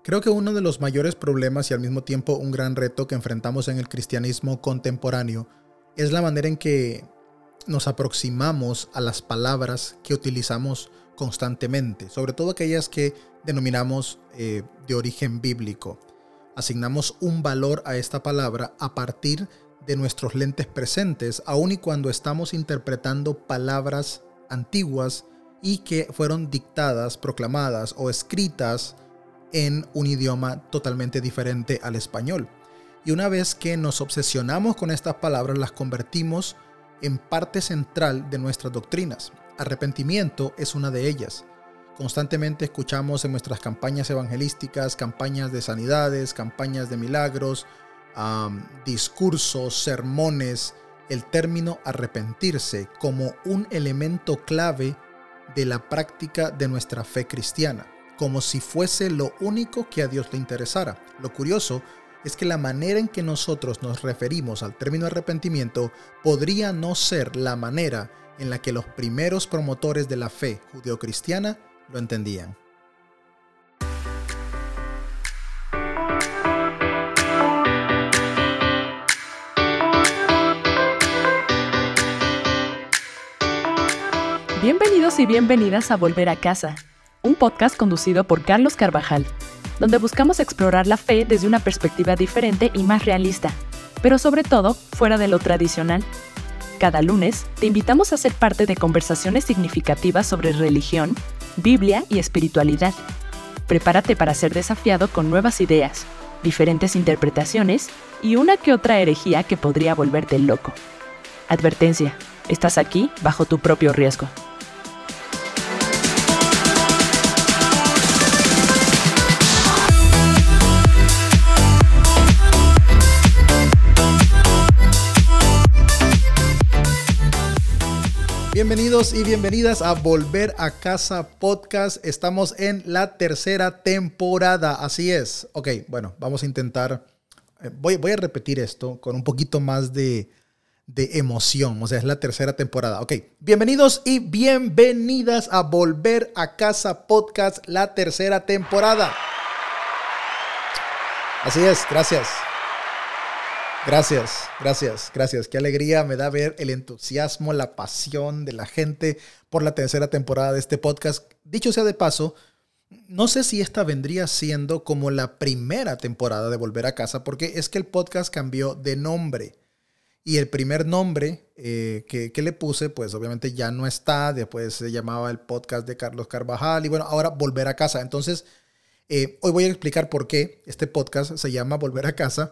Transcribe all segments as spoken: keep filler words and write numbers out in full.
Creo que uno de los mayores problemas y al mismo tiempo un gran reto que enfrentamos en el cristianismo contemporáneo es la manera en que nos aproximamos a las palabras que utilizamos constantemente, sobre todo aquellas que denominamos eh, de origen bíblico. Asignamos un valor a esta palabra a partir de nuestros lentes presentes, aun y cuando estamos interpretando palabras antiguas y que fueron dictadas, proclamadas o escritas en un idioma totalmente diferente al español. Y una vez que nos obsesionamos con estas palabras, las convertimos en parte central de nuestras doctrinas. Arrepentimiento es una de ellas. Constantemente escuchamos en nuestras campañas evangelísticas, campañas de sanidades, campañas de milagros, um, discursos, sermones, el término arrepentirse como un elemento clave de la práctica de nuestra fe cristiana, como si fuese lo único que a Dios le interesara. Lo curioso es que la manera en que nosotros nos referimos al término arrepentimiento podría no ser la manera en la que los primeros promotores de la fe judeocristiana lo entendían. Bienvenidos y bienvenidas a Volver a Casa, un podcast conducido por Carlos Carvajal, donde buscamos explorar la fe desde una perspectiva diferente y más realista, pero sobre todo fuera de lo tradicional. Cada lunes te invitamos a ser parte de conversaciones significativas sobre religión, Biblia y espiritualidad. Prepárate para ser desafiado con nuevas ideas, diferentes interpretaciones y una que otra herejía que podría volverte loco. Advertencia, estás aquí bajo tu propio riesgo. Bienvenidos y bienvenidas a Volver a Casa Podcast. Estamos en la tercera temporada, así es. Ok, bueno, vamos a intentar, eh, voy, voy a repetir esto con un poquito más de, de emoción. O sea, es la tercera temporada. Ok, bienvenidos y bienvenidas a Volver a Casa Podcast, la tercera temporada. Así es, gracias. Gracias, gracias, gracias. Qué alegría me da ver el entusiasmo, la pasión de la gente por la tercera temporada de este podcast. Dicho sea de paso, no sé si esta vendría siendo como la primera temporada de Volver a Casa, porque es que el podcast cambió de nombre. Y el primer nombre eh, que, que le puse, pues obviamente ya no está. Después se llamaba el podcast de Carlos Carvajal y bueno, ahora Volver a Casa. Entonces, eh, hoy voy a explicar por qué este podcast se llama Volver a Casa.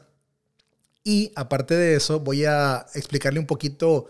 Y aparte de eso, voy a explicarle un poquito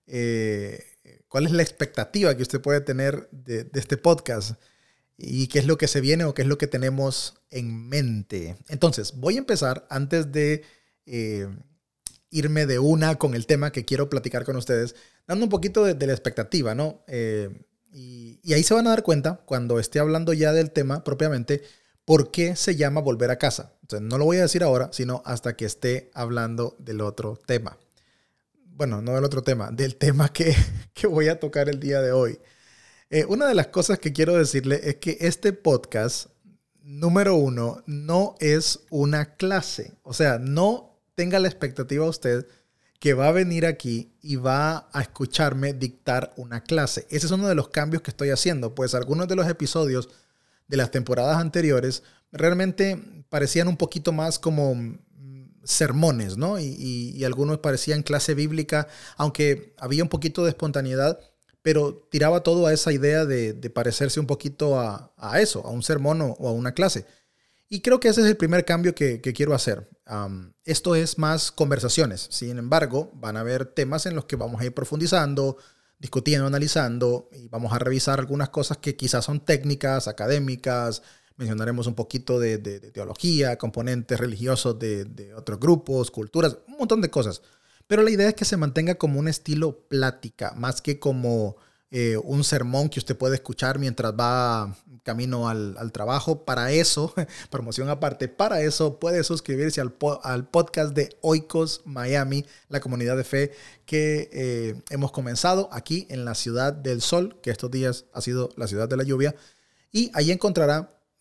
eh, cuál es la expectativa que usted puede tener de, de este podcast y qué es lo que se viene o qué es lo que tenemos en mente. Entonces, voy a empezar antes de eh, irme de una con el tema que quiero platicar con ustedes, dando un poquito de, de la expectativa, ¿no? Eh, y, y ahí se van a dar cuenta, cuando esté hablando ya del tema propiamente, ¿por qué se llama Volver a Casa? Entonces, no lo voy a decir ahora, sino hasta que esté hablando del otro tema. Bueno, no del otro tema, del tema que, que voy a tocar el día de hoy. Eh, una de las cosas que quiero decirle es que este podcast, número uno, no es una clase. O sea, no tenga la expectativa usted que va a venir aquí y va a escucharme dictar una clase. Ese es uno de los cambios que estoy haciendo, pues algunos de los episodios de las temporadas anteriores realmente parecían un poquito más como sermones, ¿no? Y, y, y algunos parecían clase bíblica, aunque había un poquito de espontaneidad, pero tiraba todo a esa idea de, de parecerse un poquito a, a eso, a un sermón o, o a una clase. Y creo que ese es el primer cambio que, que quiero hacer. Um, esto es más conversaciones. Sin embargo, van a haber temas en los que vamos a ir profundizando, discutiendo, analizando, y vamos a revisar algunas cosas que quizás son técnicas, académicas. Mencionaremos un poquito de, de, de teología, componentes religiosos de, de otros grupos, culturas, un montón de cosas. Pero la idea es que se mantenga como un estilo plática, más que como eh, un sermón que usted puede escuchar mientras va camino al, al trabajo. Para eso, promoción aparte, para eso puede suscribirse al, po- al podcast de Oikos Miami, la comunidad de fe que eh, hemos comenzado aquí en la Ciudad del Sol, que estos días ha sido la ciudad de la lluvia. Y ahí encontrará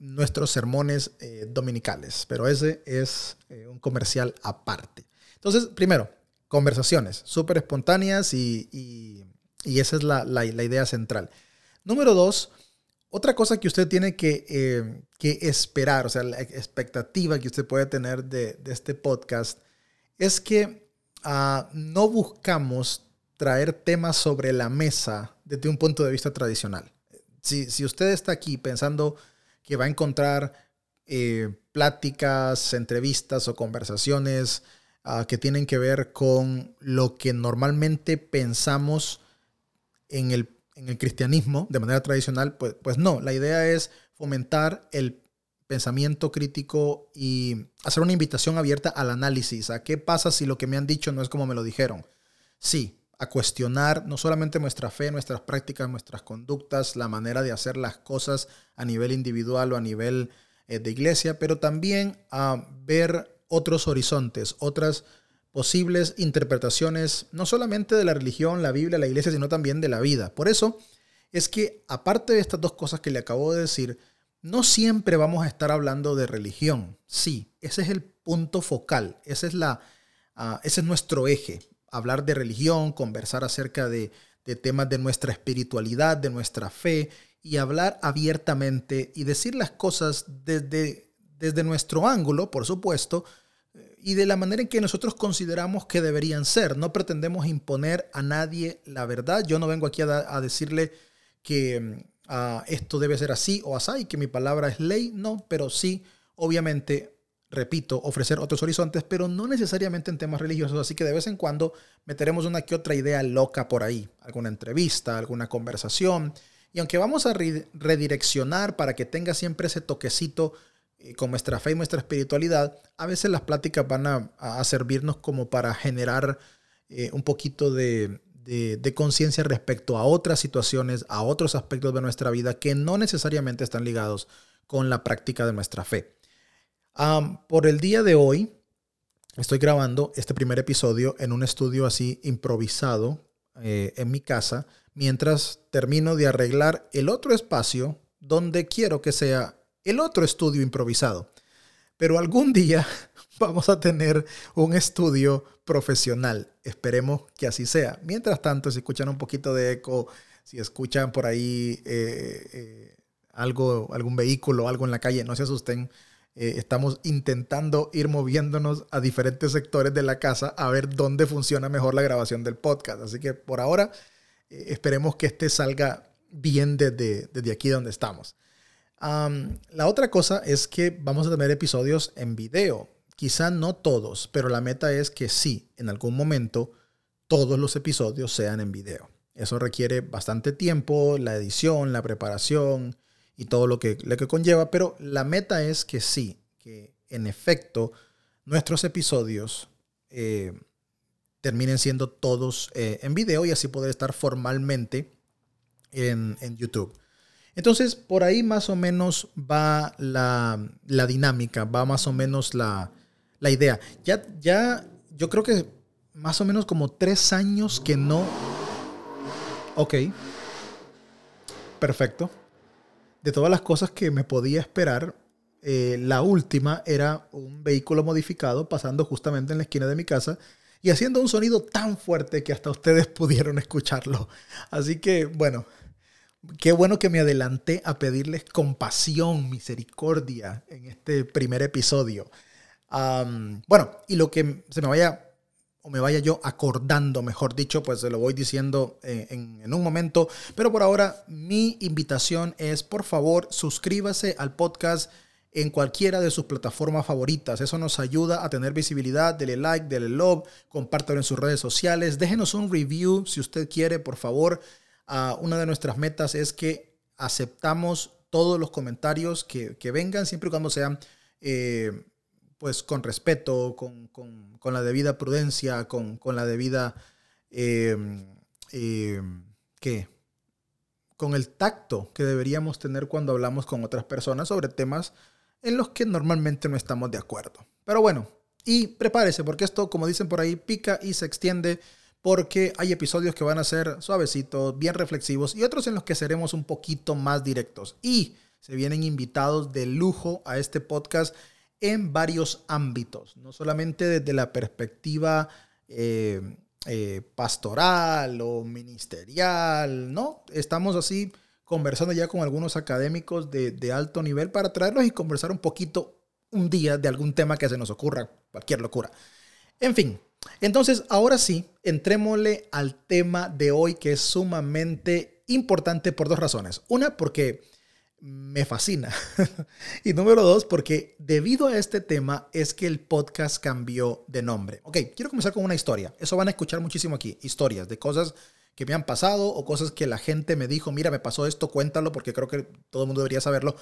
nuestros sermones eh, dominicales, pero ese es eh, un comercial aparte. Entonces, primero, conversaciones súper espontáneas y, y, y esa es la, la, la idea central. Número dos, otra cosa que usted tiene que, eh, que esperar, o sea, la expectativa que usted puede tener de, de este podcast es que uh, no buscamos traer temas sobre la mesa desde un punto de vista tradicional. Si, si usted está aquí pensando que va a encontrar eh, pláticas, entrevistas o conversaciones uh, que tienen que ver con lo que normalmente pensamos en el, en el cristianismo de manera tradicional, pues, pues no. La idea es fomentar el pensamiento crítico y hacer una invitación abierta al análisis. ¿A qué pasa si lo que me han dicho no es como me lo dijeron? Sí. A cuestionar no solamente nuestra fe, nuestras prácticas, nuestras conductas, la manera de hacer las cosas a nivel individual o a nivel eh, de iglesia, pero también a ver otros horizontes, otras posibles interpretaciones, no solamente de la religión, la Biblia, la iglesia, sino también de la vida. Por eso es que, aparte de estas dos cosas que le acabo de decir, no siempre vamos a estar hablando de religión. Sí, ese es el punto focal, ese es, la, uh, ese es nuestro eje. Hablar de religión, conversar acerca de, de temas de nuestra espiritualidad, de nuestra fe, y hablar abiertamente y decir las cosas desde, desde nuestro ángulo, por supuesto, y de la manera en que nosotros consideramos que deberían ser. No pretendemos imponer a nadie la verdad. Yo no vengo aquí a, a decirle que uh, esto debe ser así o así y que mi palabra es ley. No, pero sí, obviamente, repito, ofrecer otros horizontes, pero no necesariamente en temas religiosos, así que de vez en cuando meteremos una que otra idea loca por ahí, alguna entrevista, alguna conversación, y aunque vamos a re- redireccionar para que tenga siempre ese toquecito eh, con nuestra fe y nuestra espiritualidad, a veces las pláticas van a, a servirnos como para generar eh, un poquito de, de, de conciencia respecto a otras situaciones, a otros aspectos de nuestra vida que no necesariamente están ligados con la práctica de nuestra fe. Um, por el día de hoy estoy grabando este primer episodio en un estudio así improvisado eh, en mi casa mientras termino de arreglar el otro espacio donde quiero que sea el otro estudio improvisado. Pero algún día vamos a tener un estudio profesional. Esperemos que así sea. Mientras tanto, si escuchan un poquito de eco, si escuchan por ahí eh, eh, algo, algún vehículo, algo en la calle, no se asusten. Eh, estamos intentando ir moviéndonos a diferentes sectores de la casa a ver dónde funciona mejor la grabación del podcast. Así que por ahora eh, esperemos que este salga bien desde, desde aquí donde estamos. Um, la otra cosa es que vamos a tener episodios en video. Quizá no todos, pero la meta es que sí, en algún momento todos los episodios sean en video. Eso requiere bastante tiempo, la edición, la preparación y todo lo que, lo que conlleva, pero la meta es que sí, que en efecto nuestros episodios eh, terminen siendo todos eh, en video y así poder estar formalmente en, en YouTube. Entonces, por ahí más o menos va la, la dinámica, va más o menos la, la idea. Ya, ya, yo creo que más o menos como tres años que no... Ok, perfecto. De todas las cosas que me podía esperar, eh, la última era un vehículo modificado pasando justamente en la esquina de mi casa y haciendo un sonido tan fuerte que hasta ustedes pudieron escucharlo. Así que, bueno, qué bueno que me adelanté a pedirles compasión, misericordia en este primer episodio. Um, bueno, y lo que se me vaya... o me vaya yo acordando, mejor dicho, pues se lo voy diciendo en, en, en un momento. Pero por ahora, mi invitación es, por favor, suscríbase al podcast en cualquiera de sus plataformas favoritas. Eso nos ayuda a tener visibilidad. Dele like, dele love, compártelo en sus redes sociales. Déjenos un review si usted quiere, por favor. Uh, una de nuestras metas es que aceptamos todos los comentarios que, que vengan, siempre y cuando sean... Eh, pues con respeto, con, con, con la debida prudencia, con, con la debida, eh, eh, ¿qué? Con el tacto que deberíamos tener cuando hablamos con otras personas sobre temas en los que normalmente no estamos de acuerdo. Pero bueno, y prepárese porque esto, como dicen por ahí, pica y se extiende porque hay episodios que van a ser suavecitos, bien reflexivos y otros en los que seremos un poquito más directos. Y Se vienen invitados de lujo a este podcast en varios ámbitos, no solamente desde la perspectiva eh, eh, pastoral o ministerial, ¿no? Estamos así conversando ya con algunos académicos de, de alto nivel para traerlos y conversar un poquito un día de algún tema que se nos ocurra, cualquier locura. En fin, entonces ahora sí, entrémosle al tema de hoy, que es sumamente importante por dos razones. Una, porque me fascina. Y número dos, porque debido a este tema es que el podcast cambió de nombre. Ok, quiero comenzar con una historia. Eso van a escuchar muchísimo aquí, historias de cosas que me han pasado o cosas que la gente me dijo, mira, me pasó esto, cuéntalo, porque creo que todo el mundo debería saberlo.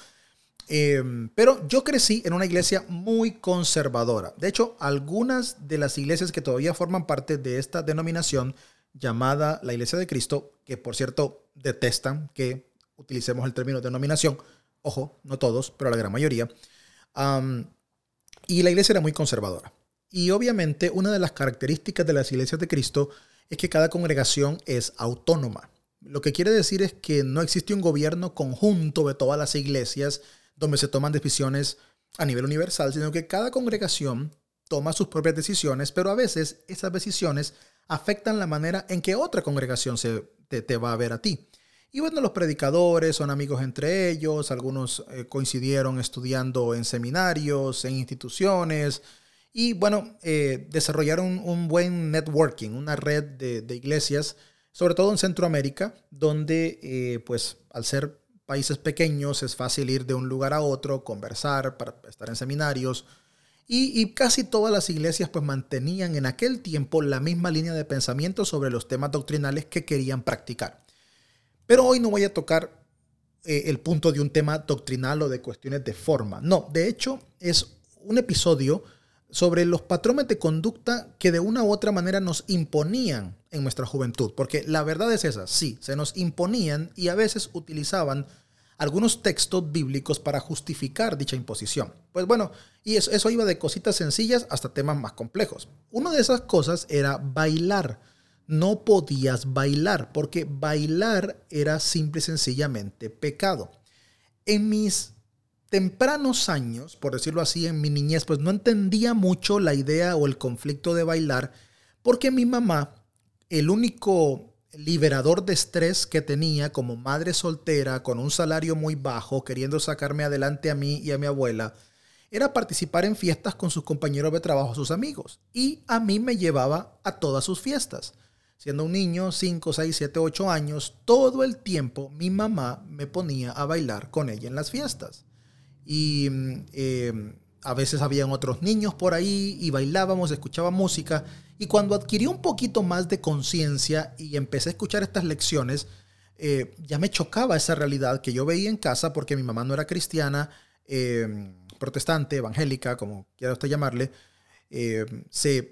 Eh, pero yo crecí en una iglesia muy conservadora. De hecho, algunas de las iglesias que todavía forman parte de esta denominación llamada la Iglesia de Cristo, que por cierto detestan que utilicemos el término denominación, ojo, no todos, pero la gran mayoría, um, y la iglesia era muy conservadora. Y obviamente una de las características de las iglesias de Cristo es que cada congregación es autónoma. Lo que quiere decir es que no existe un gobierno conjunto de todas las iglesias donde se toman decisiones a nivel universal, sino que cada congregación toma sus propias decisiones, pero a veces esas decisiones afectan la manera en que otra congregación se, te, te va a ver a ti. Y bueno, los predicadores son amigos entre ellos, algunos eh, coincidieron estudiando en seminarios, en instituciones, y bueno, eh, desarrollaron un buen networking, una red de, de iglesias, sobre todo en Centroamérica, donde eh, pues al ser países pequeños es fácil ir de un lugar a otro, conversar, para estar en seminarios, y, y casi todas las iglesias pues mantenían en aquel tiempo la misma línea de pensamiento sobre los temas doctrinales que querían practicar. Pero hoy no voy a tocar eh, el punto de un tema doctrinal o de cuestiones de forma. No, de hecho es un episodio sobre los patrones de conducta que de una u otra manera nos imponían en nuestra juventud. Porque la verdad es esa, sí, se nos imponían y a veces utilizaban algunos textos bíblicos para justificar dicha imposición. Pues bueno, y eso, eso iba de cositas sencillas hasta temas más complejos. Una de esas cosas era bailar. No podías bailar porque bailar era simple y sencillamente pecado. En mis tempranos años, por decirlo así, en mi niñez, pues no entendía mucho la idea o el conflicto de bailar porque mi mamá, el único liberador de estrés que tenía como madre soltera con un salario muy bajo, queriendo sacarme adelante a mí y a mi abuela, era participar en fiestas con sus compañeros de trabajo, sus amigos. Y a mí me llevaba a todas sus fiestas. Siendo un niño, cinco, seis, siete, ocho años, todo el tiempo mi mamá me ponía a bailar con ella en las fiestas. Y eh, a veces habían otros niños por ahí y bailábamos, escuchaba música. Y cuando adquirí un poquito más de conciencia y empecé a escuchar estas lecciones, eh, ya me chocaba esa realidad que yo veía en casa porque mi mamá no era cristiana, eh, protestante, evangélica, como quiera usted llamarle, eh, se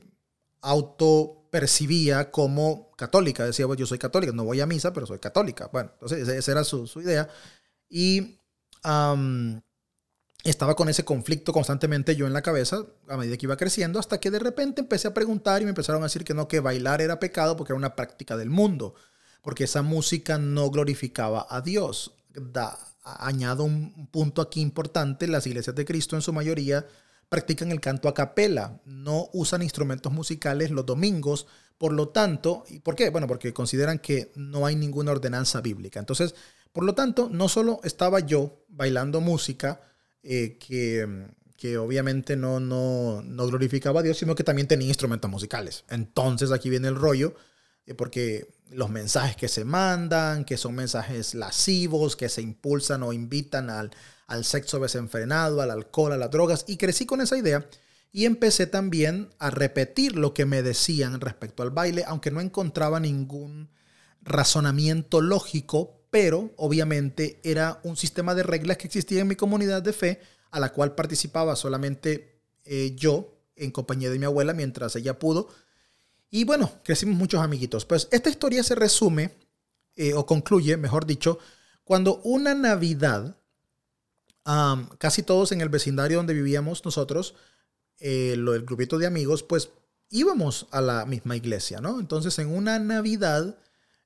autopercibía como católica. Decía, pues yo soy católica, no voy a misa, pero soy católica. Bueno, entonces esa era su, su idea. Y um, estaba con ese conflicto constantemente yo en la cabeza a medida que iba creciendo, hasta que de repente empecé a preguntar y me empezaron a decir que no, que bailar era pecado porque era una práctica del mundo, porque esa música no glorificaba a Dios. Da, añado un punto aquí importante, las iglesias de Cristo en su mayoría practican el canto a capela, no usan instrumentos musicales los domingos, por lo tanto, ¿y por qué? Bueno, porque consideran que no hay ninguna ordenanza bíblica. Entonces, por lo tanto, no solo estaba yo bailando música eh, que, que obviamente no, no, no glorificaba a Dios, sino que también tenía instrumentos musicales. Entonces, aquí viene el rollo, eh, porque los mensajes que se mandan, que son mensajes lascivos, que se impulsan o invitan al al sexo desenfrenado, al alcohol, a las drogas, y crecí con esa idea y empecé también a repetir lo que me decían respecto al baile, aunque no encontraba ningún razonamiento lógico, pero obviamente era un sistema de reglas que existía en mi comunidad de fe, a la cual participaba solamente eh, yo, en compañía de mi abuela, mientras ella pudo, y bueno, crecimos muchos amiguitos. Pues esta historia se resume, eh, o concluye, mejor dicho, cuando una Navidad, Um, casi todos en el vecindario donde vivíamos nosotros, eh, lo, el grupito de amigos, pues íbamos a la misma iglesia, ¿no? Entonces en una Navidad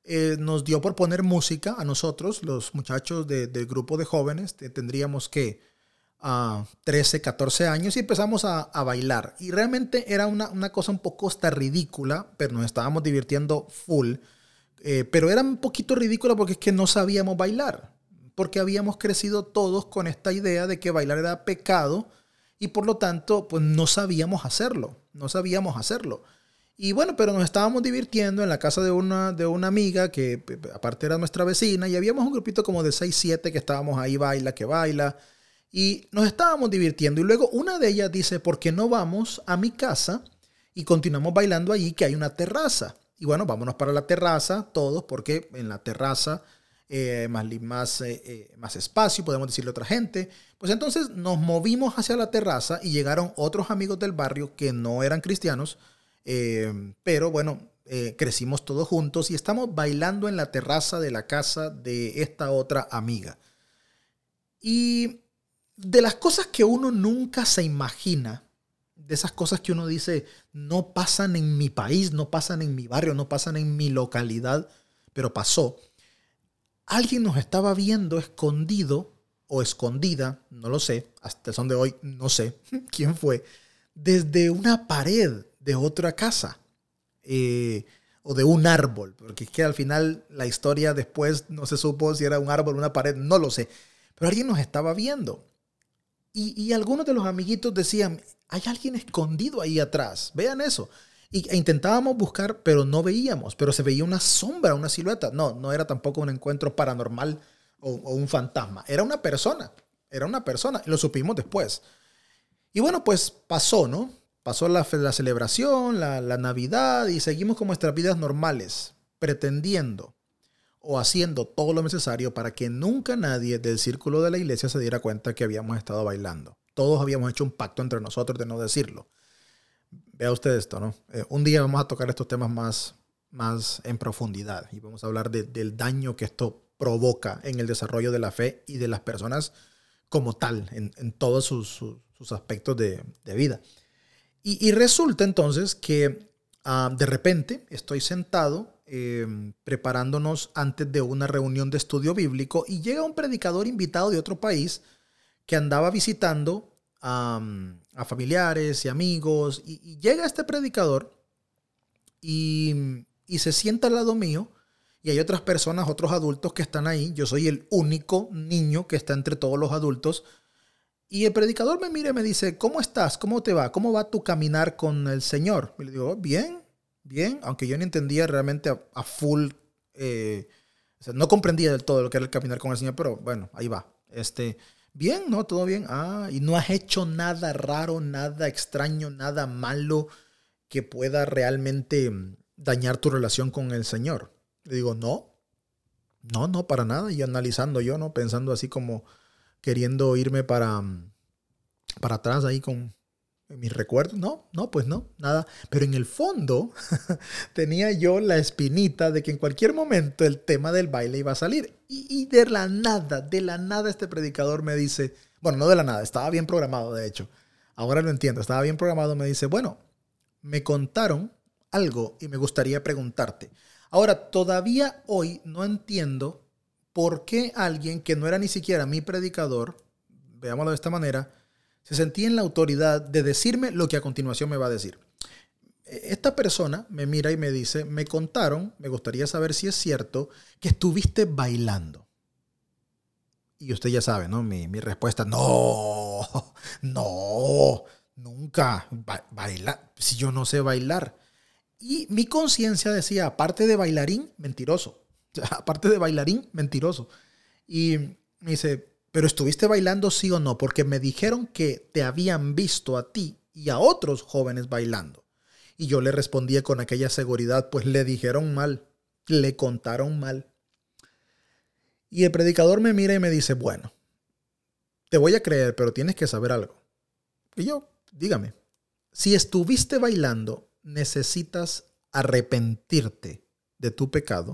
eh, nos dio por poner música a nosotros, los muchachos de, del grupo de jóvenes. Tendríamos que uh, trece, catorce años y empezamos a, a bailar. Y realmente era una, una cosa un poco hasta ridícula, pero nos estábamos divirtiendo full. Eh, pero era un poquito ridícula porque es que no sabíamos bailar. Porque habíamos crecido todos con esta idea de que bailar era pecado y por lo tanto pues no sabíamos hacerlo, no sabíamos hacerlo. Y bueno, pero nos estábamos divirtiendo en la casa de una, de una amiga que aparte era nuestra vecina y habíamos un grupito como de seis, siete que estábamos ahí, baila, que baila, y nos estábamos divirtiendo. Y luego una de ellas dice, ¿por qué no vamos a mi casa y continuamos bailando allí que hay una terraza? Y bueno, vámonos para la terraza todos porque en la terraza eh, más, más, eh, eh, más espacio, podemos decirle a otra gente. Pues entonces nos movimos hacia la terraza y llegaron otros amigos del barrio que no eran cristianos. Eh, pero bueno, eh, crecimos todos juntos y estamos bailando en la terraza de la casa de esta otra amiga. Y de las cosas que uno nunca se imagina, de esas cosas que uno dice, no pasan en mi país, no pasan en mi barrio, no pasan en mi localidad, pero pasó. Alguien nos estaba viendo escondido o escondida, no lo sé, hasta el son de hoy no sé quién fue, desde una pared de otra casa eh, o de un árbol, porque es que al final la historia después no se supo si era un árbol o una pared, no lo sé, pero alguien nos estaba viendo y, y algunos de los amiguitos decían, hay alguien escondido ahí atrás, vean eso, y, e intentábamos buscar pero no veíamos, pero se veía una sombra, una silueta, no, no era tampoco un encuentro paranormal o, o un fantasma, era una persona, era una persona, y lo supimos después. Y bueno, pues pasó, ¿no? Pasó la, la celebración, la, la Navidad y seguimos con nuestras vidas normales, pretendiendo o haciendo todo lo necesario para que nunca nadie del círculo de la iglesia se diera cuenta que habíamos estado bailando. Todos habíamos hecho un pacto entre nosotros de no decirlo. Vea usted esto, ¿no? Eh, un día vamos a tocar estos temas más, más en profundidad y vamos a hablar de, del daño que esto provoca en el desarrollo de la fe y de las personas como tal, en, en todos sus, sus, sus aspectos de, de vida. Y, y resulta entonces que uh, de repente estoy sentado eh, preparándonos antes de una reunión de estudio bíblico y llega un predicador invitado de otro país que andaba visitando um, a familiares y amigos y, y llega este predicador y, y se sienta al lado mío y hay otras personas, otros adultos que están ahí. Yo soy el único niño que está entre todos los adultos. Y el predicador me mira y me dice, ¿cómo estás? ¿Cómo te va? ¿Cómo va tu caminar con el Señor? Y le digo, bien, bien, aunque yo no entendía realmente a, a full, eh, o sea, no comprendía del todo lo que era el caminar con el Señor, pero bueno, ahí va. Este, bien, ¿no? Todo bien. Ah, y no has hecho nada raro, nada extraño, nada malo que pueda realmente dañar tu relación con el Señor. Le digo, no, no, no, para nada. Y analizando yo, ¿no? Pensando así como queriendo irme para, para atrás ahí con mis recuerdos. No, no, pues no, nada. Pero en el fondo tenía yo la espinita de que en cualquier momento el tema del baile iba a salir. Y, y de la nada, de la nada este predicador me dice, bueno, no de la nada, estaba bien programado de hecho. Ahora lo entiendo, estaba bien programado. Me dice, bueno, me contaron algo y me gustaría preguntarte. Ahora, todavía hoy no entiendo ¿por qué alguien que no era ni siquiera mi predicador, veámoslo de esta manera, se sentía en la autoridad de decirme lo que a continuación me va a decir? Esta persona me mira y me dice, me contaron, me gustaría saber si es cierto, que estuviste bailando. Y usted ya sabe, ¿no? Mi, mi respuesta, no, no, nunca, ba- bailar, si yo no sé bailar. Y mi conciencia decía, aparte de bailarín, mentiroso. O sea, aparte de bailarín, mentiroso. Y me dice, ¿pero estuviste bailando sí o no? Porque me dijeron que te habían visto a ti y a otros jóvenes bailando. Y yo le respondí con aquella seguridad, pues le dijeron mal, le contaron mal. Y el predicador me mira y me dice, bueno, te voy a creer, pero tienes que saber algo. Y yo, dígame, si estuviste bailando, necesitas arrepentirte de tu pecado,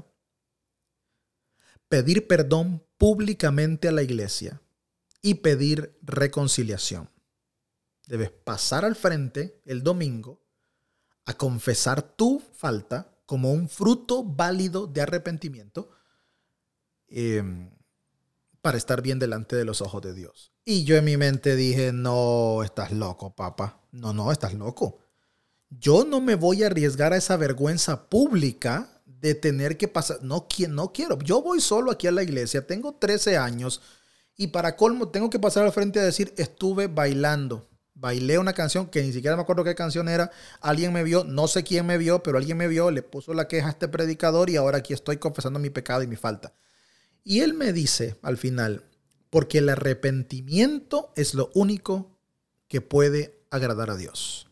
pedir perdón públicamente a la iglesia y pedir reconciliación. Debes pasar al frente el domingo a confesar tu falta como un fruto válido de arrepentimiento eh, para estar bien delante de los ojos de Dios. Y yo en mi mente dije, no, estás loco, papá. No, no, estás loco. Yo no me voy a arriesgar a esa vergüenza pública de tener que pasar. No, no quiero. Yo voy solo aquí a la iglesia. Tengo trece años. Y para colmo, tengo que pasar al frente a decir, estuve bailando. Bailé una canción que ni siquiera me acuerdo qué canción era. Alguien me vio, no sé quién me vio, pero alguien me vio, le puso la queja a este predicador y ahora aquí estoy confesando mi pecado y mi falta. Y él me dice al final, porque el arrepentimiento es lo único que puede agradar a Dios.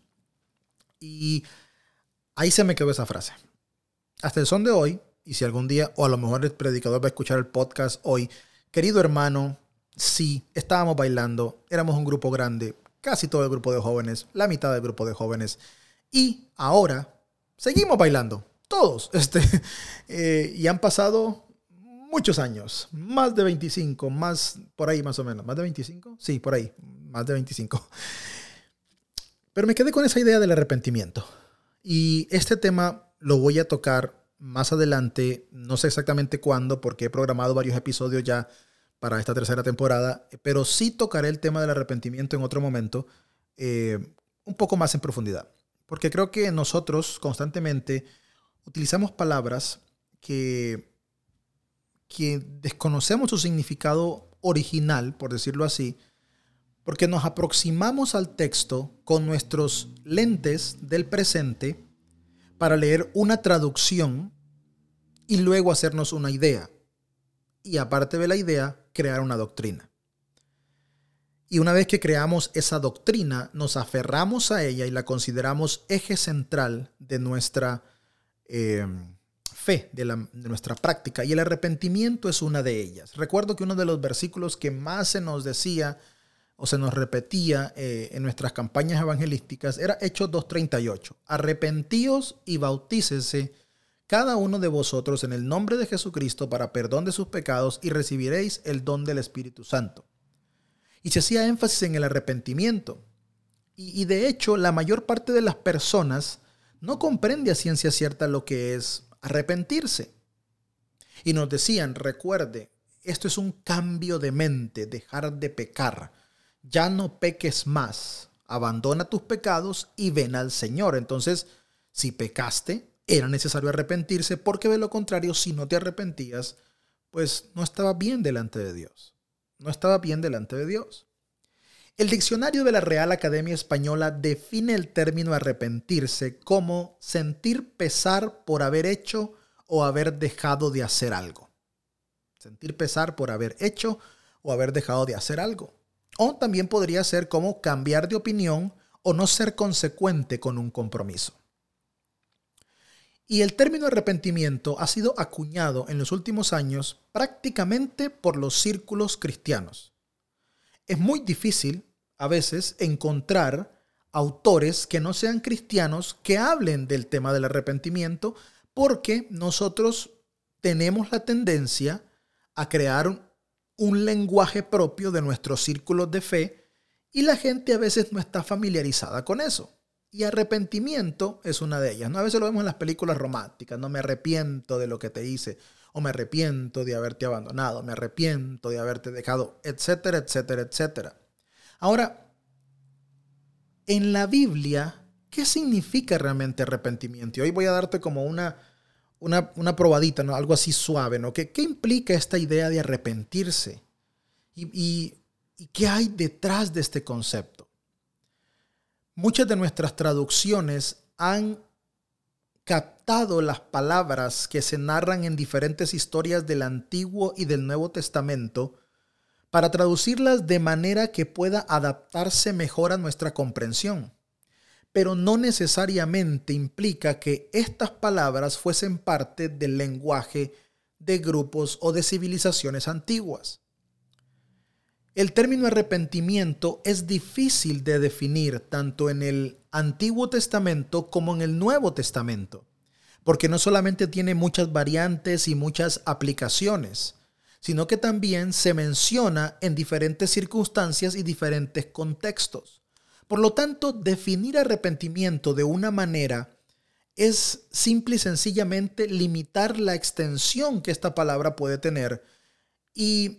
Y ahí se me quedó esa frase. Hasta el son de hoy, y si algún día, o a lo mejor el predicador va a escuchar el podcast hoy, querido hermano, sí, estábamos bailando, éramos un grupo grande, casi todo el grupo de jóvenes, la mitad del grupo de jóvenes, y ahora seguimos bailando, todos, este, eh, y han pasado muchos años, más de veinticinco, más por ahí más o menos, ¿más de veinticinco? Sí, por ahí, más de veinticinco. Pero me quedé con esa idea del arrepentimiento, y este tema lo voy a tocar más adelante, no sé exactamente cuándo, porque he programado varios episodios ya para esta tercera temporada, pero sí tocaré el tema del arrepentimiento en otro momento, eh, un poco más en profundidad. Porque creo que nosotros constantemente utilizamos palabras que, que desconocemos su significado original, por decirlo así, porque nos aproximamos al texto con nuestros lentes del presente para leer una traducción y luego hacernos una idea. Y aparte de la idea, crear una doctrina. Y una vez que creamos esa doctrina, nos aferramos a ella y la consideramos eje central de nuestra eh, fe, de, la, de nuestra práctica. Y el arrepentimiento es una de ellas. Recuerdo que uno de los versículos que más se nos decía o se nos repetía eh, en nuestras campañas evangelísticas era Hechos dos treinta y ocho. Arrepentíos y bautícese cada uno de vosotros en el nombre de Jesucristo para perdón de sus pecados y recibiréis el don del Espíritu Santo. Y se hacía énfasis en el arrepentimiento. Y, y de hecho, la mayor parte de las personas no comprende a ciencia cierta lo que es arrepentirse. Y nos decían, recuerde, esto es un cambio de mente, dejar de pecar. Ya no peques más, abandona tus pecados y ven al Señor. Entonces, si pecaste, era necesario arrepentirse, porque de lo contrario, si no te arrepentías, pues no estaba bien delante de Dios. No estaba bien delante de Dios. El diccionario de la Real Academia Española define el término arrepentirse como sentir pesar por haber hecho o haber dejado de hacer algo. Sentir pesar por haber hecho o haber dejado de hacer algo. O también podría ser como cambiar de opinión o no ser consecuente con un compromiso. Y el término arrepentimiento ha sido acuñado en los últimos años prácticamente por los círculos cristianos. Es muy difícil a veces encontrar autores que no sean cristianos que hablen del tema del arrepentimiento, porque nosotros tenemos la tendencia a crear un, un lenguaje propio de nuestros círculos de fe y la gente a veces no está familiarizada con eso. Y arrepentimiento es una de ellas, ¿no? A veces lo vemos en las películas románticas, no me arrepiento de lo que te hice, o me arrepiento de haberte abandonado, me arrepiento de haberte dejado, etcétera, etcétera, etcétera. Ahora, en la Biblia, ¿qué significa realmente arrepentimiento? Y hoy voy a darte como una, una, una probadita, ¿no? Algo así suave, ¿no? ¿Qué, qué implica esta idea de arrepentirse? ¿Y, y, y qué hay detrás de este concepto? Muchas de nuestras traducciones han captado las palabras que se narran en diferentes historias del Antiguo y del Nuevo Testamento para traducirlas de manera que pueda adaptarse mejor a nuestra comprensión. Pero no necesariamente implica que estas palabras fuesen parte del lenguaje de grupos o de civilizaciones antiguas. El término arrepentimiento es difícil de definir tanto en el Antiguo Testamento como en el Nuevo Testamento, porque no solamente tiene muchas variantes y muchas aplicaciones, sino que también se menciona en diferentes circunstancias y diferentes contextos. Por lo tanto, definir arrepentimiento de una manera es simple y sencillamente limitar la extensión que esta palabra puede tener y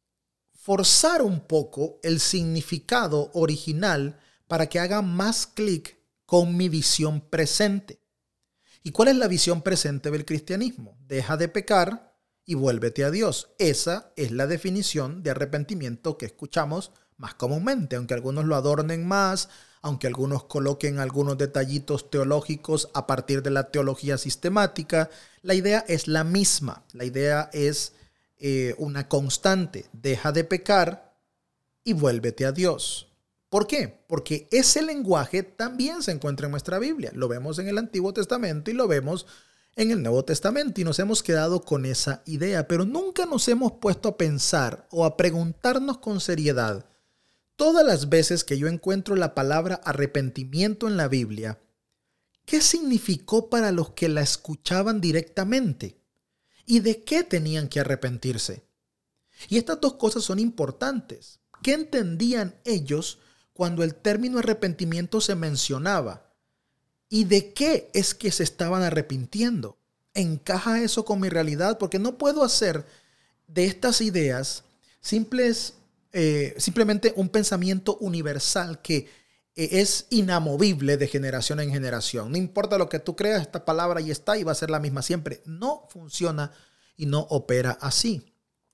forzar un poco el significado original para que haga más clic con mi visión presente. ¿Y cuál es la visión presente del cristianismo? Deja de pecar y vuélvete a Dios. Esa es la definición de arrepentimiento que escuchamos más comúnmente, aunque algunos lo adornen más, aunque algunos coloquen algunos detallitos teológicos a partir de la teología sistemática. La idea es la misma. La idea es eh, una constante. Deja de pecar y vuélvete a Dios. ¿Por qué? Porque ese lenguaje también se encuentra en nuestra Biblia. Lo vemos en el Antiguo Testamento y lo vemos en el Nuevo Testamento y nos hemos quedado con esa idea, pero nunca nos hemos puesto a pensar o a preguntarnos con seriedad. Todas las veces que yo encuentro la palabra arrepentimiento en la Biblia, ¿qué significó para los que la escuchaban directamente? ¿Y de qué tenían que arrepentirse? Y estas dos cosas son importantes. ¿Qué entendían ellos cuando el término arrepentimiento se mencionaba? ¿Y de qué es que se estaban arrepintiendo? ¿Encaja eso con mi realidad? Porque no puedo hacer de estas ideas simples, eh, simplemente un pensamiento universal que eh, es inamovible de generación en generación. No importa lo que tú creas, esta palabra ahí está y va a ser la misma siempre. No funciona y no opera así.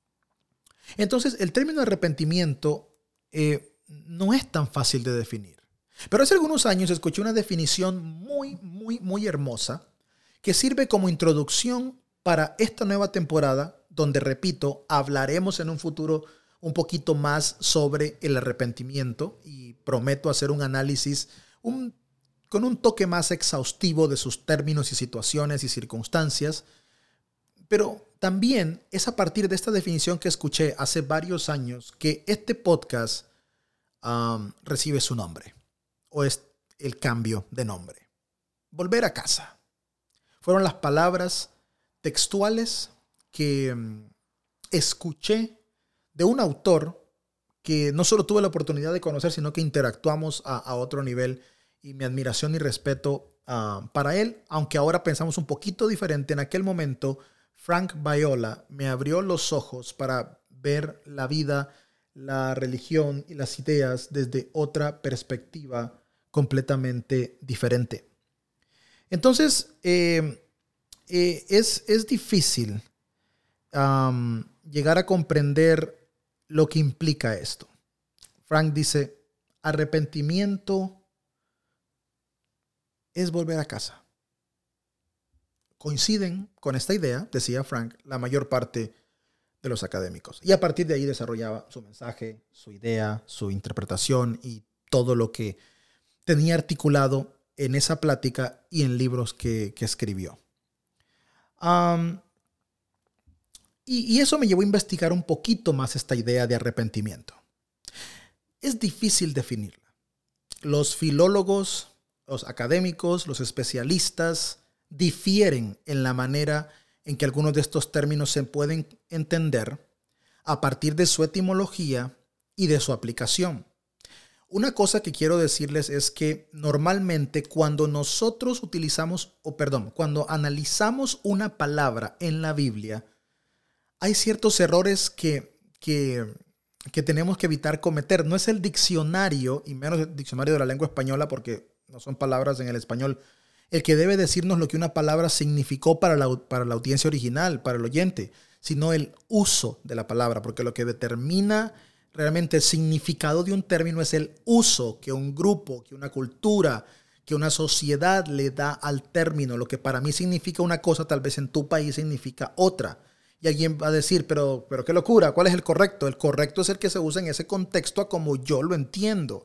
Entonces, el término arrepentimiento eh, no es tan fácil de definir. Pero hace algunos años escuché una definición muy, muy, muy hermosa que sirve como introducción para esta nueva temporada, donde, repito, hablaremos en un futuro un poquito más sobre el arrepentimiento y prometo hacer un análisis un, con un toque más exhaustivo de sus términos y situaciones y circunstancias. Pero también es a partir de esta definición que escuché hace varios años que este podcast um, recibe su nombre. O es el cambio de nombre. Volver a casa. Fueron las palabras textuales que um, escuché de un autor que no solo tuve la oportunidad de conocer, sino que interactuamos a, a otro nivel. Y mi admiración y respeto uh, para él, aunque ahora pensamos un poquito diferente, en aquel momento Frank Viola me abrió los ojos para ver la vida, la religión y las ideas desde otra perspectiva completamente diferente. Entonces, eh, eh, es, es difícil um, llegar a comprender lo que implica esto. Frank dice, arrepentimiento es volver a casa. Coinciden con esta idea, decía Frank, la mayor parte de los académicos. Y a partir de ahí desarrollaba su mensaje, su idea, su interpretación y todo lo que tenía articulado en esa plática y en libros que, que escribió. Um, y, y eso me llevó a investigar un poquito más esta idea de arrepentimiento. Es difícil definirla. Los filólogos, los académicos, los especialistas difieren en la manera en que algunos de estos términos se pueden entender a partir de su etimología y de su aplicación. Una cosa que quiero decirles es que normalmente cuando nosotros utilizamos, o perdón, cuando analizamos una palabra en la Biblia, hay ciertos errores que, que, que tenemos que evitar cometer. No es el diccionario, y menos el diccionario de la lengua española, porque no son palabras en el español, el que debe decirnos lo que una palabra significó para la, para la audiencia original, para el oyente, sino el uso de la palabra, porque lo que determina realmente el significado de un término es el uso que un grupo, que una cultura, que una sociedad le da al término. Lo que para mí significa una cosa, tal vez en tu país significa otra. Y alguien va a decir, pero, pero qué locura, ¿cuál es el correcto? El correcto es el que se usa en ese contexto a como yo lo entiendo.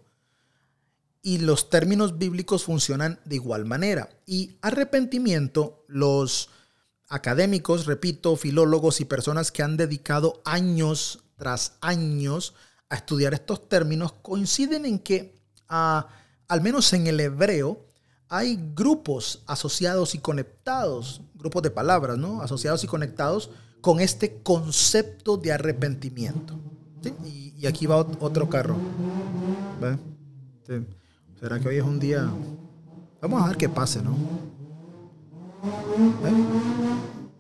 Y los términos bíblicos funcionan de igual manera. Y arrepentimiento, los académicos, repito, filólogos y personas que han dedicado años tras años a estudiar estos términos, coinciden en que, uh, al menos en el hebreo, hay grupos asociados y conectados, grupos de palabras, ¿no? Asociados y conectados con este concepto de arrepentimiento. ¿Sí? Y, y aquí va otro carro. ¿Ve? Sí. ¿Será que hoy es un día? Vamos a ver qué pase, ¿no? ¿Eh?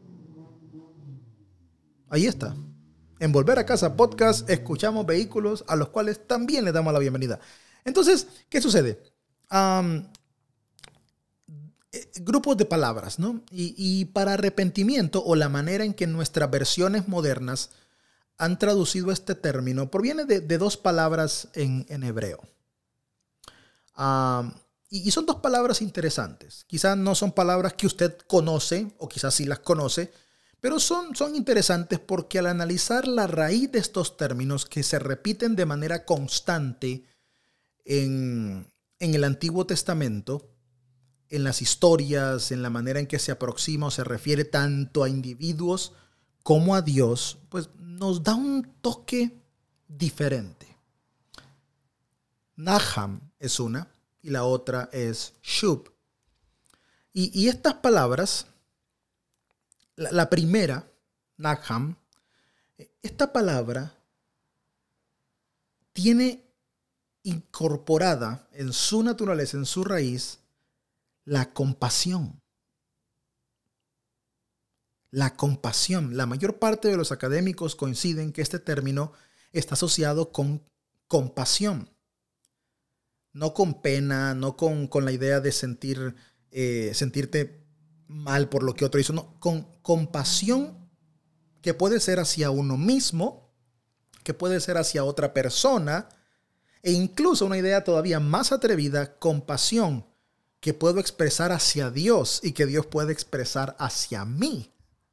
Ahí está. En Volver a Casa Podcast escuchamos vehículos a los cuales también le damos la bienvenida. Entonces, ¿qué sucede? Um, eh, grupos de palabras, ¿no? Y, y para arrepentimiento, o la manera en que nuestras versiones modernas han traducido este término, proviene de, de dos palabras en, en hebreo. Um, y, y son dos palabras interesantes. Quizás no son palabras que usted conoce, o quizás sí las conoce, pero son, son interesantes porque al analizar la raíz de estos términos que se repiten de manera constante en, en el Antiguo Testamento, en las historias, en la manera en que se aproxima o se refiere tanto a individuos como a Dios, pues nos da un toque diferente. Naham es una y la otra es Shub. Y, y estas palabras, la, la primera, Naham, esta palabra tiene incorporada en su naturaleza, en su raíz, la compasión. La compasión. La mayor parte de los académicos coinciden que este término está asociado con compasión. No con pena, no con, con la idea de sentir, eh, sentirte mal por lo que otro hizo, no, con compasión que puede ser hacia uno mismo, que puede ser hacia otra persona, e incluso una idea todavía más atrevida, compasión que puedo expresar hacia Dios y que Dios puede expresar hacia mí.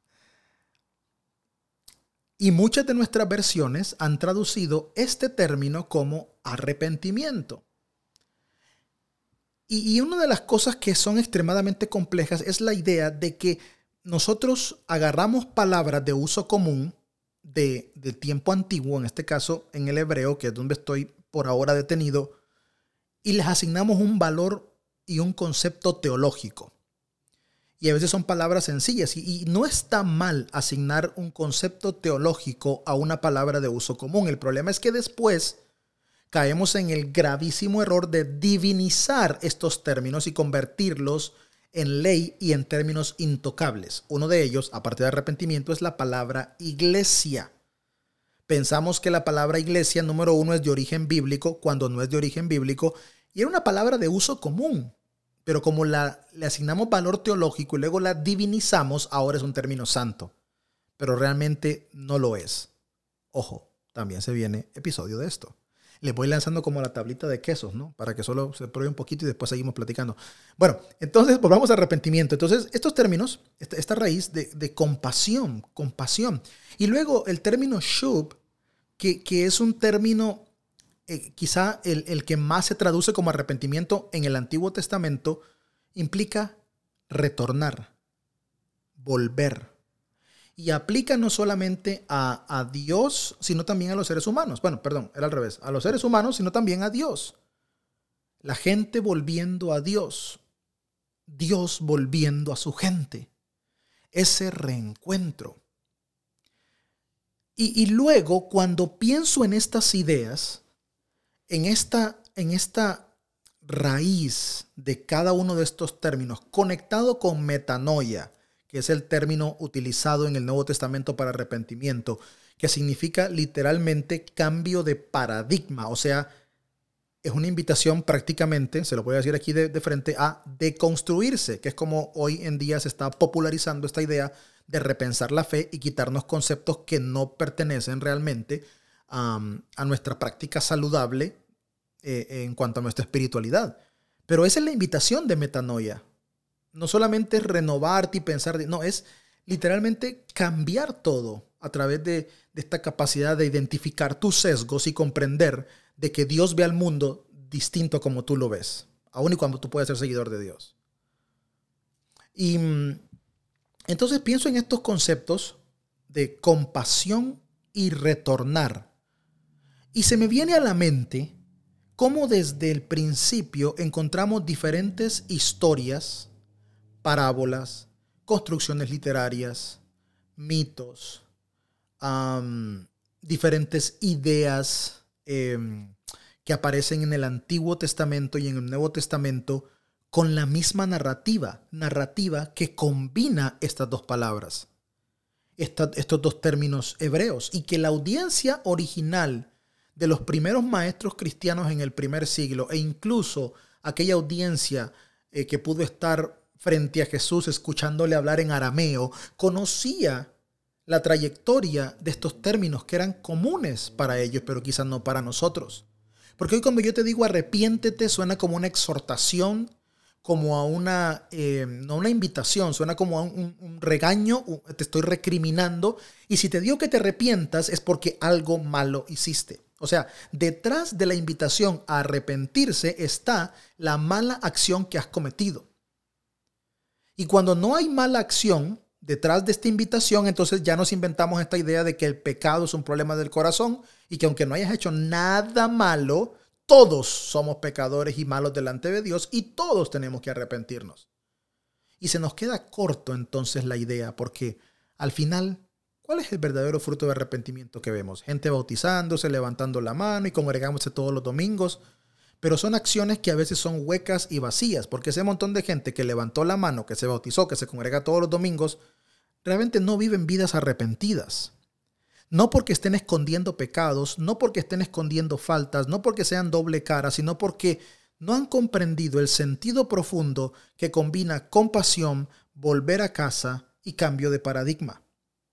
Y muchas de nuestras versiones han traducido este término como arrepentimiento. Y, y una de las cosas que son extremadamente complejas es la idea de que nosotros agarramos palabras de uso común de, de tiempo antiguo, en este caso en el hebreo, que es donde estoy por ahora detenido, y les asignamos un valor y un concepto teológico. Y a veces son palabras sencillas. Y, y no está mal asignar un concepto teológico a una palabra de uso común. El problema es que después caemos en el gravísimo error de divinizar estos términos y convertirlos en ley y en términos intocables. Uno de ellos, aparte de arrepentimiento, es la palabra iglesia. Pensamos que la palabra iglesia, número uno, es de origen bíblico, cuando no es de origen bíblico, y era una palabra de uso común. Pero como la, le asignamos valor teológico y luego la divinizamos, ahora es un término santo. Pero realmente no lo es. Ojo, también se viene episodio de esto. Les voy lanzando como la tablita de quesos, ¿no? Para que solo se pruebe un poquito y después seguimos platicando. Bueno, entonces volvamos al arrepentimiento. Entonces, estos términos, esta, esta raíz de, de compasión, compasión. Y luego el término shub, que, que es un término... Eh, quizá el, el que más se traduce como arrepentimiento en el Antiguo Testamento, implica retornar, volver. Y aplica no solamente a, a Dios, sino también a los seres humanos. Bueno, perdón, era al revés. A los seres humanos, sino también a Dios. La gente volviendo a Dios. Dios volviendo a su gente. Ese reencuentro. Y, y luego, cuando pienso en estas ideas, En esta, en esta raíz de cada uno de estos términos, conectado con metanoia, que es el término utilizado en el Nuevo Testamento para arrepentimiento, que significa literalmente cambio de paradigma, o sea, es una invitación prácticamente, se lo voy a decir aquí de, de frente, a deconstruirse, que es como hoy en día se está popularizando esta idea de repensar la fe y quitarnos conceptos que no pertenecen realmente um, a nuestra práctica saludable eh, en cuanto a nuestra espiritualidad. Pero esa es la invitación de metanoia. No solamente es renovarte y pensar, de, no, es literalmente cambiar todo a través de, de esta capacidad de identificar tus sesgos y comprender de que Dios ve al mundo distinto a como tú lo ves, aun y cuando tú puedes ser seguidor de Dios. Y entonces pienso en estos conceptos de compasión y retornar. Y se me viene a la mente cómo desde el principio encontramos diferentes historias, parábolas, construcciones literarias, mitos, um, diferentes ideas eh, que aparecen en el Antiguo Testamento y en el Nuevo Testamento con la misma narrativa, narrativa que combina estas dos palabras, esta, estos dos términos hebreos, y que la audiencia original de los primeros maestros cristianos en el primer siglo, e incluso aquella audiencia eh, que pudo estar frente a Jesús escuchándole hablar en arameo, conocía la trayectoria de estos términos que eran comunes para ellos, pero quizás no para nosotros. Porque hoy cuando yo te digo arrepiéntete, suena como una exhortación, como a una, eh, no una invitación, suena como a un, un regaño, te estoy recriminando. Y si te digo que te arrepientas es porque algo malo hiciste. O sea, detrás de la invitación a arrepentirse está la mala acción que has cometido. Y cuando no hay mala acción detrás de esta invitación, entonces ya nos inventamos esta idea de que el pecado es un problema del corazón y que aunque no hayas hecho nada malo, todos somos pecadores y malos delante de Dios y todos tenemos que arrepentirnos. Y se nos queda corto entonces la idea, porque al final, ¿cuál es el verdadero fruto de arrepentimiento que vemos? Gente bautizándose, levantando la mano y congregándose todos los domingos. Pero son acciones que a veces son huecas y vacías, porque ese montón de gente que levantó la mano, que se bautizó, que se congrega todos los domingos, realmente no viven vidas arrepentidas. No porque estén escondiendo pecados, no porque estén escondiendo faltas, no porque sean doble cara, sino porque no han comprendido el sentido profundo que combina compasión, volver a casa y cambio de paradigma.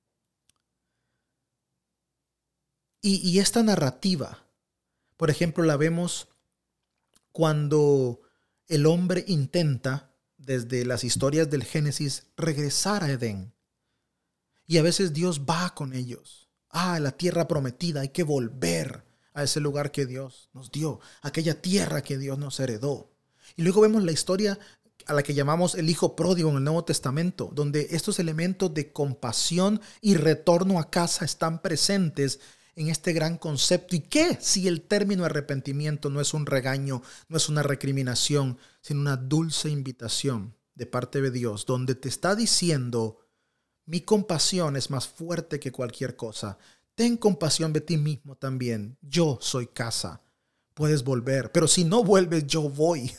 Y, y esta narrativa, por ejemplo, la vemos cuando el hombre intenta, desde las historias del Génesis, regresar a Edén. Y a veces Dios va con ellos. Ah, la tierra prometida, hay que volver a ese lugar que Dios nos dio, aquella tierra que Dios nos heredó. Y luego vemos la historia a la que llamamos el hijo pródigo en el Nuevo Testamento, donde estos elementos de compasión y retorno a casa están presentes en este gran concepto. ¿Y qué si el término arrepentimiento no es un regaño, no es una recriminación, sino una dulce invitación de parte de Dios, donde te está diciendo: mi compasión es más fuerte que cualquier cosa. Ten compasión de ti mismo también. Yo soy casa. Puedes volver, pero si no vuelves, yo voy.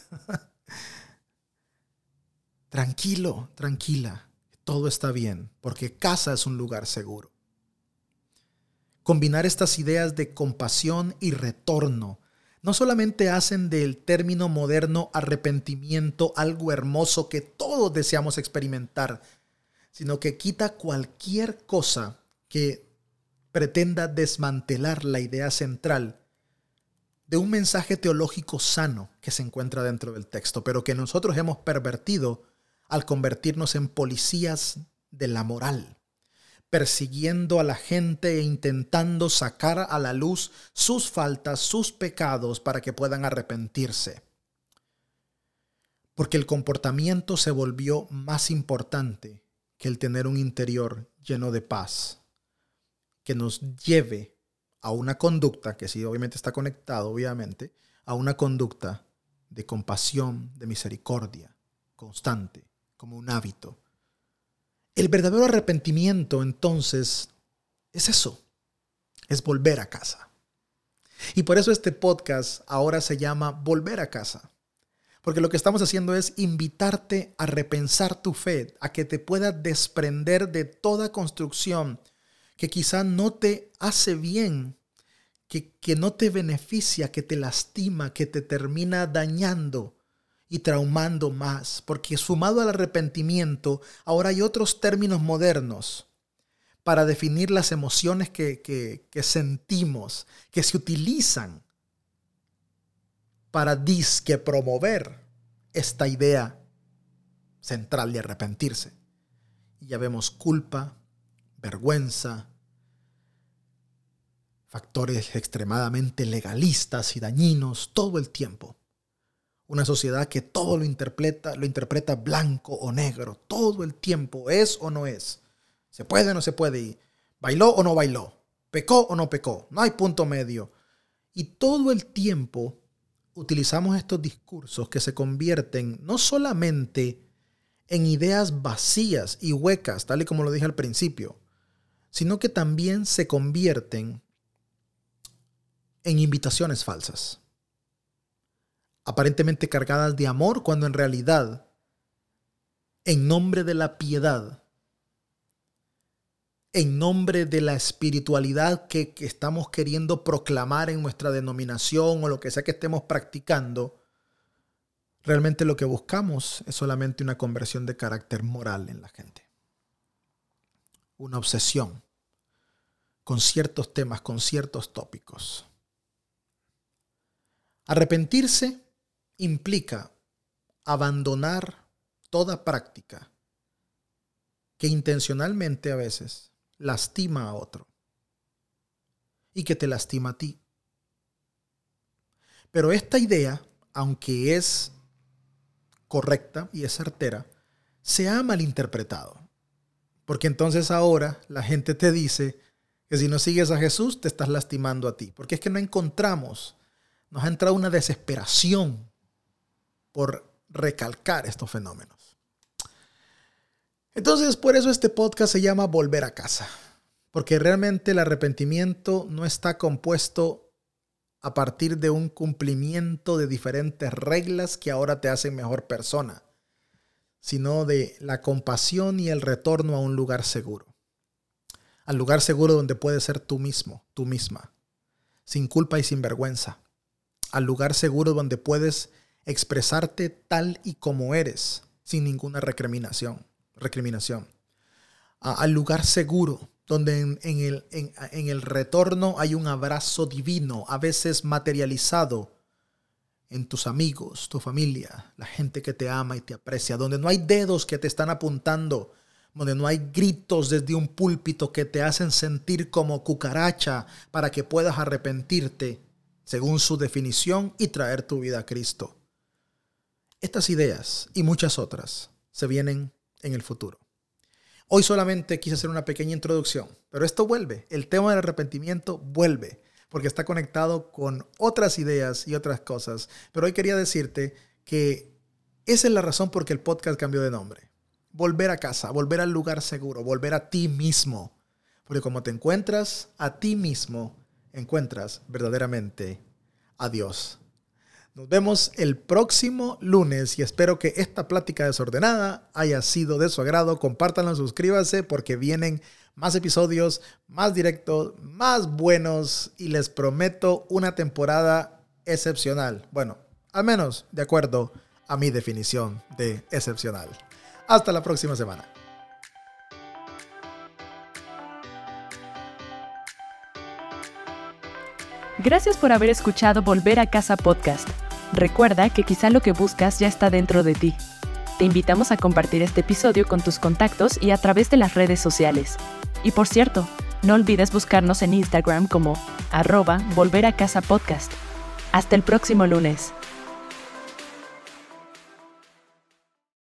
Tranquilo, tranquila. Todo está bien, porque casa es un lugar seguro. Combinar estas ideas de compasión y retorno no solamente hacen del término moderno arrepentimiento algo hermoso que todos deseamos experimentar, sino que quita cualquier cosa que pretenda desmantelar la idea central de un mensaje teológico sano que se encuentra dentro del texto, pero que nosotros hemos pervertido al convertirnos en policías de la moral, persiguiendo a la gente e intentando sacar a la luz sus faltas, sus pecados, para que puedan arrepentirse. Porque el comportamiento se volvió más importante que el tener un interior lleno de paz, que nos lleve a una conducta, que sí obviamente está conectado, obviamente, a una conducta de compasión, de misericordia, constante, como un hábito. El verdadero arrepentimiento, entonces, es eso, es volver a casa. Y por eso este podcast ahora se llama Volver a Casa. Porque lo que estamos haciendo es invitarte a repensar tu fe, a que te puedas desprender de toda construcción que quizá no te hace bien, que, que no te beneficia, que te lastima, que te termina dañando y traumando más. Porque sumado al arrepentimiento, ahora hay otros términos modernos para definir las emociones que, que, que sentimos, que se utilizan para disque promover esta idea central de arrepentirse. Y ya vemos culpa, vergüenza, factores extremadamente legalistas y dañinos todo el tiempo. Una sociedad que todo lo interpreta, lo interpreta blanco o negro, todo el tiempo, es o no es. Se puede o no se puede, y bailó o no bailó, pecó o no pecó, no hay punto medio. Y todo el tiempo utilizamos estos discursos que se convierten no solamente en ideas vacías y huecas, tal y como lo dije al principio, sino que también se convierten en invitaciones falsas. aparentemente cargadas de amor, cuando en realidad, en nombre de la piedad, en nombre de la espiritualidad que, que estamos queriendo proclamar en nuestra denominación o lo que sea que estemos practicando, realmente lo que buscamos es solamente una conversión de carácter moral en la gente. Una obsesión con ciertos temas, con ciertos tópicos. Arrepentirse implica abandonar toda práctica que intencionalmente a veces lastima a otro y que te lastima a ti. Pero esta idea, aunque es correcta y es certera, se ha malinterpretado. Porque entonces ahora la gente te dice que si no sigues a Jesús te estás lastimando a ti. Porque es que no encontramos, nos ha entrado una desesperación por recalcar estos fenómenos. Entonces, por eso este podcast se llama Volver a Casa. Porque realmente el arrepentimiento no está compuesto a partir de un cumplimiento de diferentes reglas que ahora te hacen mejor persona, sino de la compasión y el retorno a un lugar seguro. Al lugar seguro donde puedes ser tú mismo, tú misma, sin culpa y sin vergüenza. Al lugar seguro donde puedes expresarte tal y como eres, sin ninguna recriminación. recriminación. Al lugar seguro donde en, en, el, en, en el retorno hay un abrazo divino, a veces materializado en tus amigos, tu familia, la gente que te ama y te aprecia, donde no hay dedos que te están apuntando, donde no hay gritos desde un púlpito que te hacen sentir como cucaracha para que puedas arrepentirte según su definición y traer tu vida a Cristo. Estas ideas y muchas otras se vienen en el futuro. Hoy solamente quise hacer una pequeña introducción, pero esto vuelve, el tema del arrepentimiento vuelve, porque está conectado con otras ideas y otras cosas. Pero hoy quería decirte que esa es la razón por que el podcast cambió de nombre. Volver a casa, volver al lugar seguro, volver a ti mismo. Porque como te encuentras a ti mismo, encuentras verdaderamente a Dios. Nos vemos el próximo lunes y espero que esta plática desordenada haya sido de su agrado. Compártanlo, suscríbanse porque vienen más episodios, más directos, más buenos y les prometo una temporada excepcional. Bueno, al menos de acuerdo a mi definición de excepcional. Hasta la próxima semana. Gracias por haber escuchado Volver a Casa Podcast. Recuerda que quizá lo que buscas ya está dentro de ti. Te invitamos a compartir este episodio con tus contactos y a través de las redes sociales. Y por cierto, no olvides buscarnos en Instagram como arroba Volver a Casa Podcast. Hasta el próximo lunes.